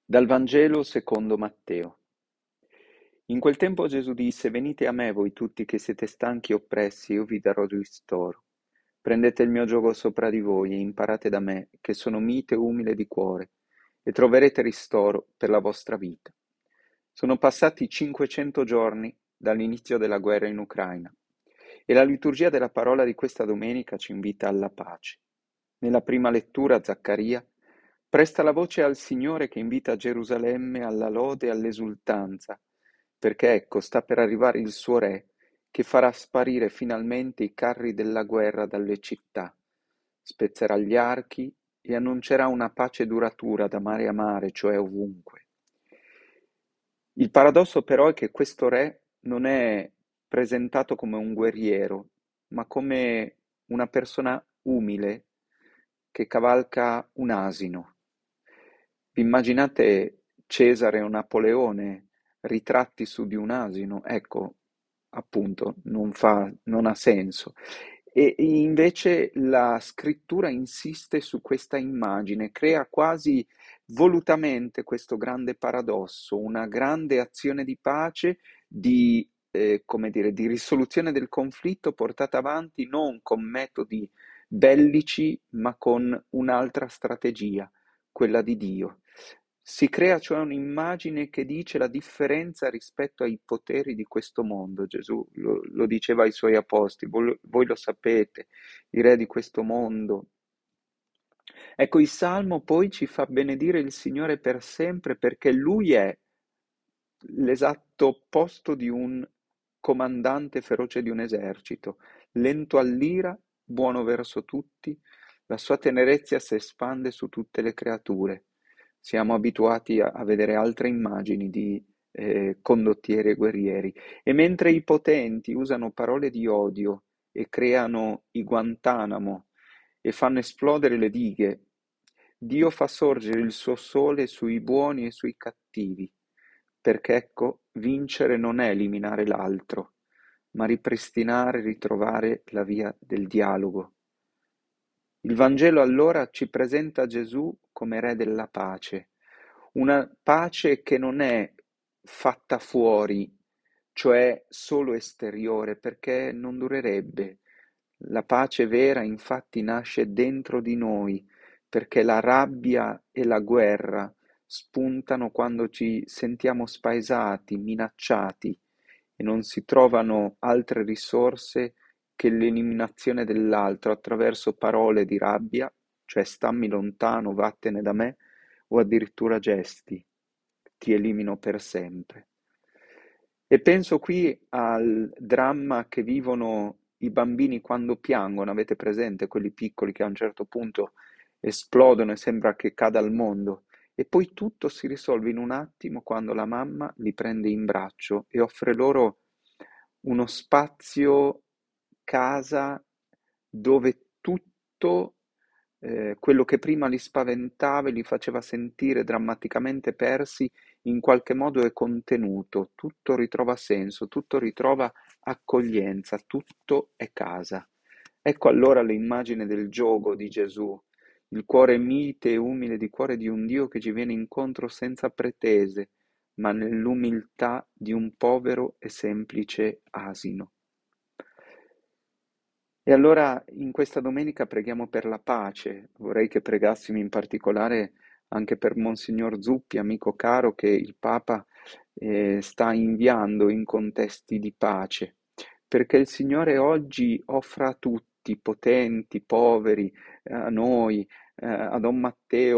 Dal Vangelo secondo Matteo. In quel tempo Gesù disse: Venite a me voi tutti che siete stanchi e oppressi, io vi darò ristoro. Prendete il mio giogo sopra di voi e imparate da me, che sono mite e umile di cuore, e troverete ristoro per la vostra vita. Sono passati 500 giorni dall'inizio della guerra in Ucraina e la liturgia della parola di questa domenica ci invita alla pace. Nella prima lettura Zaccaria presta la voce al Signore che invita Gerusalemme alla lode e all'esultanza, perché ecco sta per arrivare il suo re che farà sparire finalmente i carri della guerra dalle città, spezzerà gli archi e annuncerà una pace duratura da mare a mare, cioè ovunque. Il paradosso però è che questo re non è presentato come un guerriero, ma come una persona umile che cavalca un asino. Vi immaginate Cesare o Napoleone ritratti su di un asino? Ecco, appunto, non ha senso. E invece la scrittura insiste su questa immagine, crea quasi volutamente questo grande paradosso, una grande azione di pace, come dire, di risoluzione del conflitto portata avanti non con metodi bellici, ma con un'altra strategia, quella di Dio. Si crea cioè un'immagine che dice la differenza rispetto ai poteri di questo mondo. Gesù lo diceva ai suoi apostoli, voi lo sapete, i re di questo mondo. Ecco, il Salmo poi ci fa benedire il Signore per sempre perché Lui è l'esatto opposto di un comandante feroce di un esercito, lento all'ira, buono verso tutti, la sua tenerezza si espande su tutte le creature. Siamo abituati a vedere altre immagini di condottieri e guerrieri, e mentre i potenti usano parole di odio e creano i Guantanamo e fanno esplodere le dighe, Dio fa sorgere il suo sole sui buoni e sui cattivi, perché ecco, vincere non è eliminare l'altro, ma ripristinare e ritrovare la via del dialogo. Il Vangelo allora ci presenta Gesù come re della pace, una pace che non è fatta fuori, cioè solo esteriore, perché non durerebbe. La pace vera infatti nasce dentro di noi, perché la rabbia e la guerra spuntano quando ci sentiamo spaesati, minacciati e non si trovano altre risorse che l'eliminazione dell'altro attraverso parole di rabbia, cioè stammi lontano, vattene da me, o addirittura gesti, ti elimino per sempre. E penso qui al dramma che vivono i bambini quando piangono, avete presente quelli piccoli che a un certo punto esplodono e sembra che cada il mondo, e poi tutto si risolve in un attimo quando la mamma li prende in braccio e offre loro uno spazio, casa, dove tutto quello che prima li spaventava e li faceva sentire drammaticamente persi, in qualche modo è contenuto, tutto ritrova senso, tutto ritrova accoglienza, tutto è casa. Ecco allora l'immagine del giogo di Gesù, il cuore mite e umile di cuore di un Dio che ci viene incontro senza pretese, ma nell'umiltà di un povero e semplice asino. E allora in questa domenica preghiamo per la pace. Vorrei che pregassimo in particolare anche per Monsignor Zuppi, amico caro, che il Papa sta inviando in contesti di pace, perché il Signore oggi offra a tutti, potenti, poveri, a noi, a Don Matteo,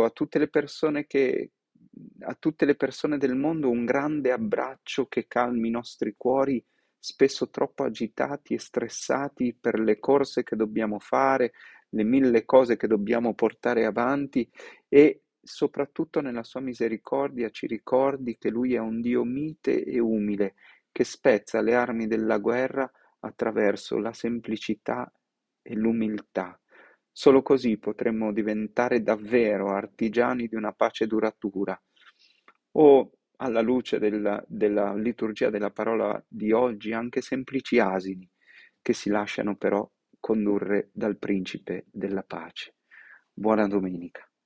a tutte le persone del mondo, un grande abbraccio che calmi i nostri cuori spesso troppo agitati e stressati per le corse che dobbiamo fare, le mille cose che dobbiamo portare avanti, e soprattutto nella sua misericordia ci ricordi che Lui è un Dio mite e umile, che spezza le armi della guerra attraverso la semplicità e l'umiltà. Solo così potremmo diventare davvero artigiani di una pace duratura. O, alla luce della liturgia della parola di oggi, anche semplici asini che si lasciano però condurre dal principe della pace. Buona domenica.